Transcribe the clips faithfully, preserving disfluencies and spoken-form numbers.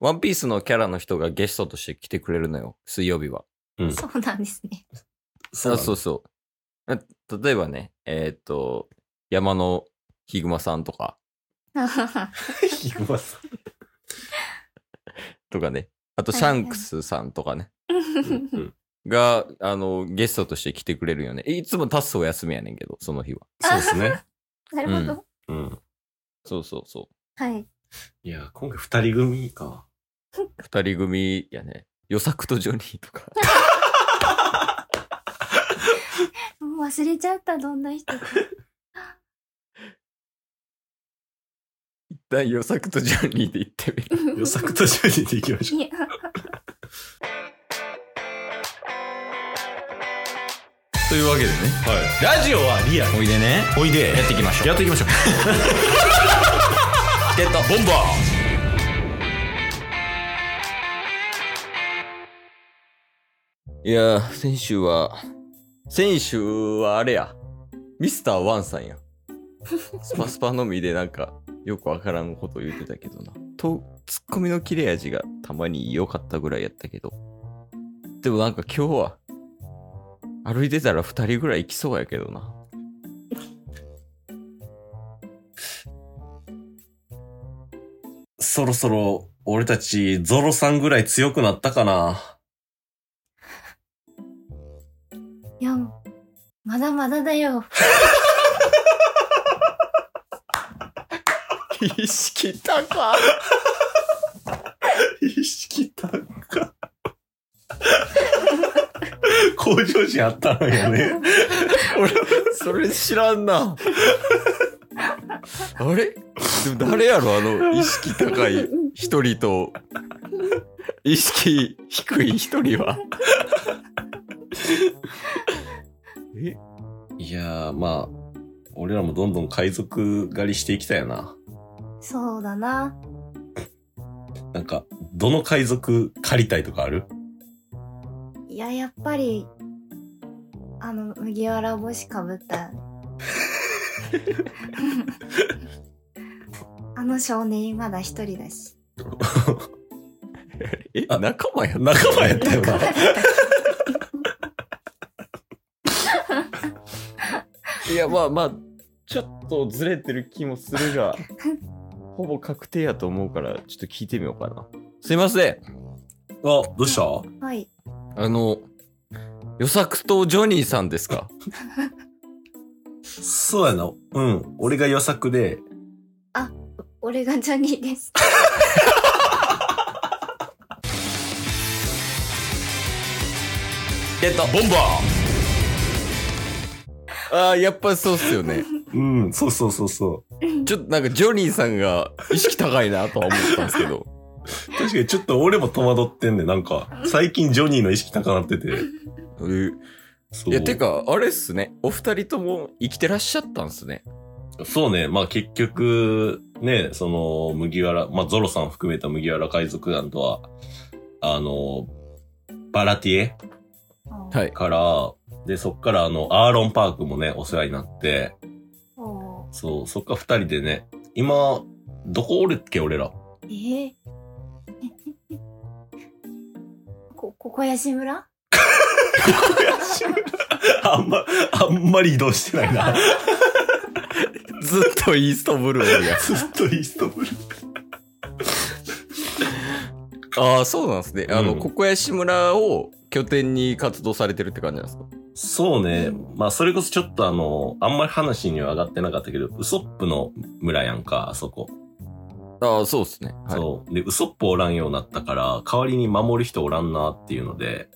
ワンピースのキャラの人がゲストとして来てくれるのよ、水曜日は。 うん。 そうなんですね。 そうあそうそう。例えばね、えー、っと、山のヒグマさんとか。 ヒグマさん。 とかね。あと、シャンクスさんとかね。 うんうん、 が、あの、ゲストとして来てくれるよね。いつもタスお休みやねんけど、その日は。 そうですね。 なるほど、 うん。うん。 そうそうそう。 はい。 いや、今回二人組か。 二人組やね。与作とジョニーとか。 もう忘れちゃった、どんな人か。 一旦与作とジョニーで行ってみる。 与作とジョニーで行きましょう。 というわけでね。 はい。ラジオはリアル。 おいでね。 おいで。 やっていきましょう。 やっていきましょう。 チケットボンバー。いやー、先週は、先週はあれや。ミスターワンさんや。スパスパのみでなんか、よくわからんこと言ってたけどな。と、ツッコミの切れ味がたまに良かったぐらいやったけど。でもなんか今日は、歩いてたら二人ぐらい行きそうやけどな。 そろそろ、俺たち、ゾロさんぐらい強くなったかな。 いや、まだまだだよ。 意識高意識高向上心あったのよね。 俺、それ知らんな。あれでも誰やろあの、意識高い一人と、意識低い一人は。えいやー、まあ、俺らもどんどん海賊狩りしていきたいよな。 そうだな。 なんか、どの海賊狩りたいとかある？ いや、やっぱり、あの、麦わら帽子かぶった。あの少年まだ一人だし。 え、仲間やった仲間やったよな。 いや、まあまあ、ちょっとずれてる気もするが、ほぼ確定やと思うから、ちょっと聞いてみようかな。すいません。 あ、どうした？ はい。 あの、与作とジョニーさんですか？ そうやな。うん。俺が与作で。 あ、俺がジョニーです。 ゲットボンバー。ああ、やっぱそうっすよね。 うん、そうそうそうそう。 ちょっとなんかジョニーさんが意識高いなとは思ったんですけど。 確かにちょっと俺も戸惑ってんね。なんか、最近ジョニーの意識高なってて。 えそう。 いや、てか、あれっすね。お二人とも生きてらっしゃったんすね。 そうね。まあ結局、ね、その、麦わら、まあゾロさん含めた麦わら海賊団とは、あの、バラティエはい。 から、で、そっからあの、アーロンパークもね、お世話になって、 おそう、そっから二人でね、今、どこおるっけ、俺ら。 えー、こ、ここやし村あんま、あんまり移動してないな。 ずっとイーストブルーおるやん。 ずっとイーストブルー。 ああ、そうなんですね。あの、 うんここやし村を拠点に活動されてるって感じなんですか？ そうね。まあ、それこそちょっとあの、あんまり話には上がってなかったけど、ウソップの村やんか、あそこ。 ああ、そうっすね。はい。 そう。で、ウソップおらんようになったから、代わりに守る人おらんなっていうので、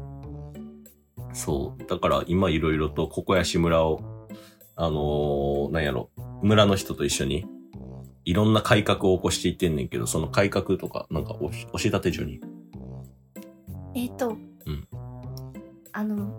そう。だから今いろいろとここやし村を、あのー、なんやろ、村の人と一緒に、いろんな改革を起こしていってんねんけど、その改革とか、なんかおし、教えたて順に。 えっと、 うん。 あの、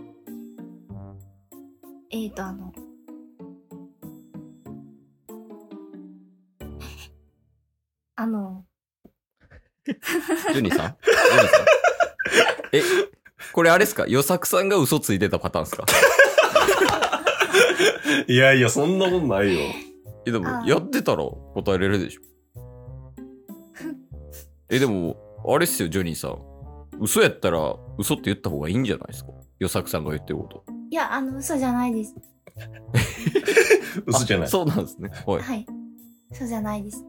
えっと、あの、あの、 ジョニーさんジョニーさんえ、これあれっすか？与作さんが嘘ついてたパターンっすか？ いやいや、そんなことないよ。 え、でも、 あーやってたら答えれるでしょ。 え、でも、あれっすよ、ジョニーさん。嘘やったら、嘘って言った方がいいんじゃないですか。よさくさんが言ってること。 いや、あの、嘘じゃないです。 嘘じゃない。 あそうなんですね。はい。 はい。嘘じゃないです。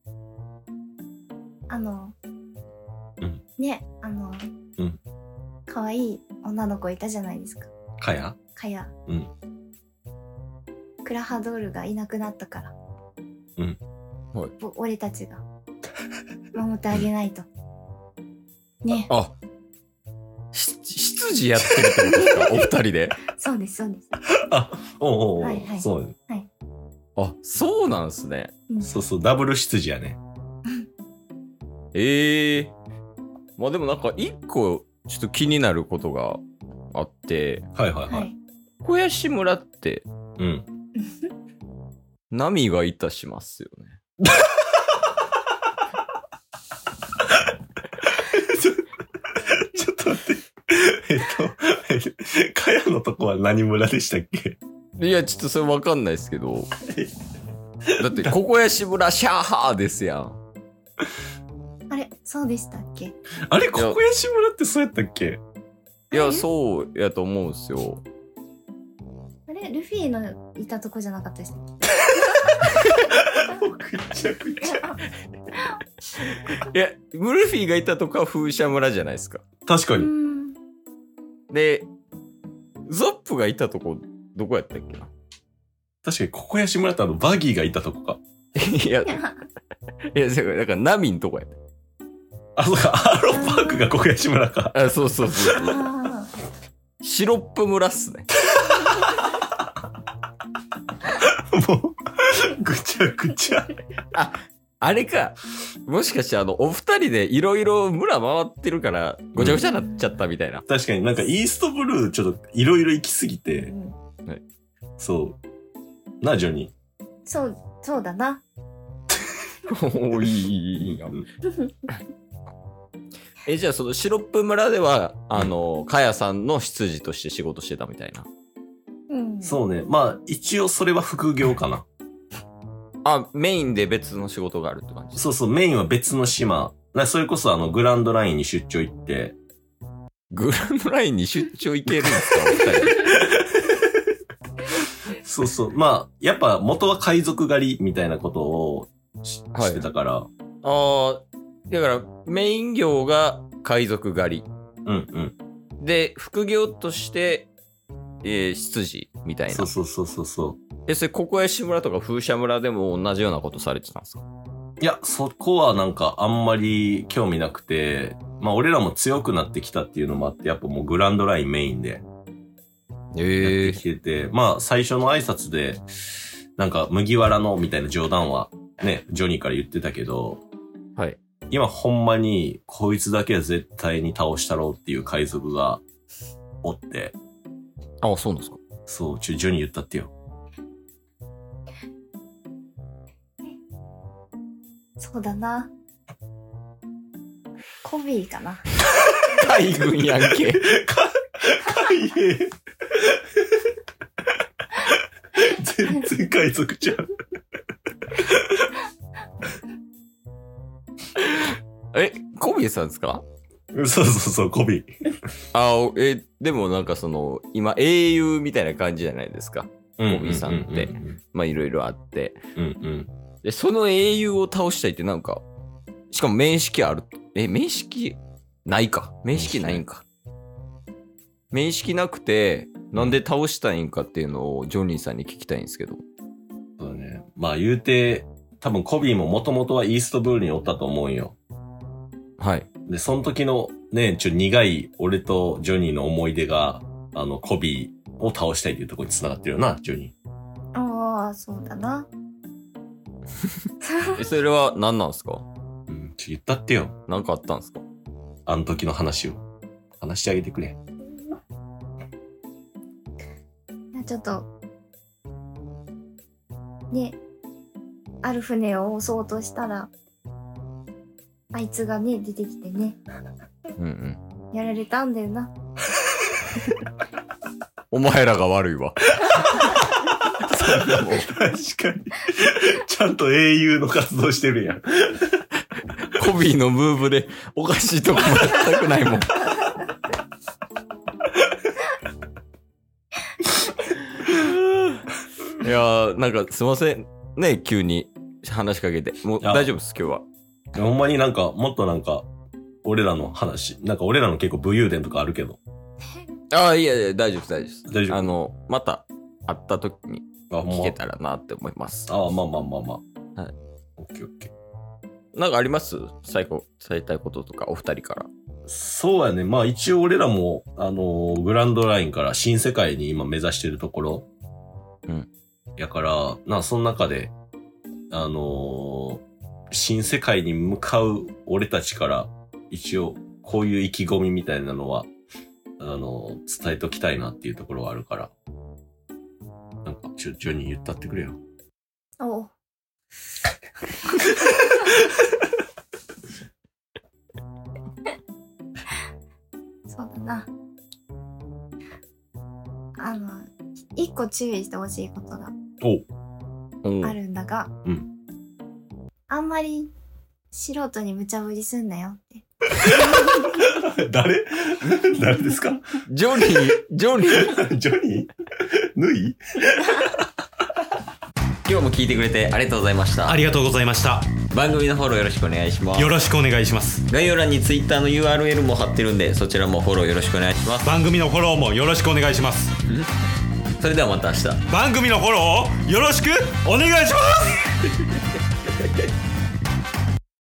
あの、 うんね、あの、 うん可愛い女の子いたじゃないですか。 かやかや。 うん。 クラハドールがいなくなったから。 うん。 はい。 お俺たちが守ってあげないと。ね。 あ、し執事やってるってことですかお二人で。 そうです、そうです。 あ、おうおうおう、 はいはいそう。 あ、そうなんすね。 うん、 そうそう、ダブル執事やね。 ええー。まあでもなんか一個ちょっと気になることがあって、 はいはいは。 はいい。 小屋志村ってうん。 ナミがいたしますよね。 ちょちょっと待って。えっと、えかやのとこは何村でしたっけ？ いや、ちょっとそれわかんないですけど。だって、ここやし村シャーハーですやん。 あれ、そうでしたっけ？ あれ、ここやし村ってそうやったっけ？ いや、 あれそうやと思うんですよ。 あれ、ルフィのいたとこじゃなかったでしたっぐちゃぐちゃ。 いや、ムルフィがいたとこは風車村じゃないですか。 け？う確かに。 ん。 で、ゾップがいたとこ、どこやったっけな。 確かに、ここやし村ってあの、バギーがいたとこか。 いや、いや、だから、だからナミんとこやっあ、そうか、アーロンパークがここやし村か。 た。あ、そうそうそうそう。 あシロップ村っすね。 もう、ぐちゃぐちゃ。 あ、あれか。もしかしてあの、お二人でいろいろ村回ってるから、ごちゃごちゃになっちゃったみたいな。 確かになんかイーストブルーちょっといろいろ行きすぎーて、 うんそう。なあ、ジョニそう、そうだな。 おおいい、いい、いいー。 よう。んえ、じゃあそのシロップ村では、あの、かやさんの執事として仕事してたみたいな。 うん。 そうね。まあ、一応それは副業かな。 あ、メインで別の仕事があるって感じ。 そうそう、メインは別の島。なそれこそあの、グランドラインに出張行って、 グランドラインに出張行けるんですかお二人で。 そうそう。まあ、やっぱ元は海賊狩りみたいなことをし,、 はいてたから、 ああ、だからメイン業が海賊狩り。 うんうん。 で、副業として、えー、執事みたいな。 そうそうそうそうそう。 え、それ、ここやし村とか風車村でも同じようなことされてたんですか？ いや、そこはなんかあんまり興味なくて、まあ俺らも強くなってきたっていうのもあって、やっぱもうグランドラインメインでやっええてきてて、まあ最初の挨拶で、なんか麦わらのみたいな冗談はね、ジョニーから言ってたけど、 はい。 今ほんまにこいつだけは絶対に倒したろうっていう海賊がおって、 あ、そうなんですか？ そう、ちょ、ジョニー言ったってよ。 そうだな。コビーかな。 海軍やんけ。 か、海兵。全然海賊ちゃう。 え、コビーさんですか？ そうそうそう、コビー。 あ、おえ、でもなんかその、今英雄みたいな感じじゃないですか。 コビーさんってまあいろいろあって。 うんうん。 で、その英雄を倒したいってなんか、しかも面識ある。え、面識ないか。面識ないんか。面識なくて、なんで倒したいんかっていうのをジョニーさんに聞きたいんですけど。 そうね。まあ言うて、多分コビーももともとはイーストブルーにおったと思うんよ。 はい。 で、その時のね、ちょ、苦い俺とジョニーの思い出が、あの、コビーを倒したいっていうところに繋がってるよな、ジョニー。 ああ、そうだな。 え、それは何なんですか？ うん、ちょ、言ったってよ。 なんかあったんですか？ あの時の話を。話してあげてくれ。 いやちょっと、ね、ある船を押そうとしたら、あいつがね、出てきてね、 うんうん。 やられたんだよな。 お前らが悪いわ。そんなもん確かに。ちゃんと英雄の活動してるやん。 ココビーのムーブでおかしいとこ全くないもん。いやー、なんかすいませんね、急に話しかけて。もう大丈夫です、今日は。 ほんまになんか、もっとなんか、俺らの話、なんか俺らの結構武勇伝とかあるけど。 ああ、いやいや、大丈夫です、大丈夫です。 大丈夫あの、また会った時にあ、ほんま聞けたらなって思います。 ああ、まあまあまあまあ。 はい。 オッケーオッケー。 なんかあります最後、伝えたいこととか、お二人から。 そうやね。まあ一応俺らも、あのーグランドラインから新世界に今目指してるところ。 うん。 やから、な、その中で、あのー新世界に向かう俺たちから、一応、こういう意気込みみたいなのは、あのー伝えときたいなっていうところはあるから。なんか、ちょ、ジョニー言ったってくれよ。 おう。そうだな。あの、一個注意してほしいことがおう。 あるんだが、 うん。 あんまり素人に無茶ぶりすんなよって。 誰誰ですかジョニー、ジョニー。 ジョニーヌイ今日も聞いてくれてありがとうございました。 ありがとうございました。 番組のフォローよろしくお願いします。 よろしくお願いします。 概要欄に Twitter の ユーアールエル も貼ってるんで、そちらもフォローよろしくお願いします。 番組のフォローもよろしくお願いします。 それではまた明日。 番組のフォローをよろしくお願いします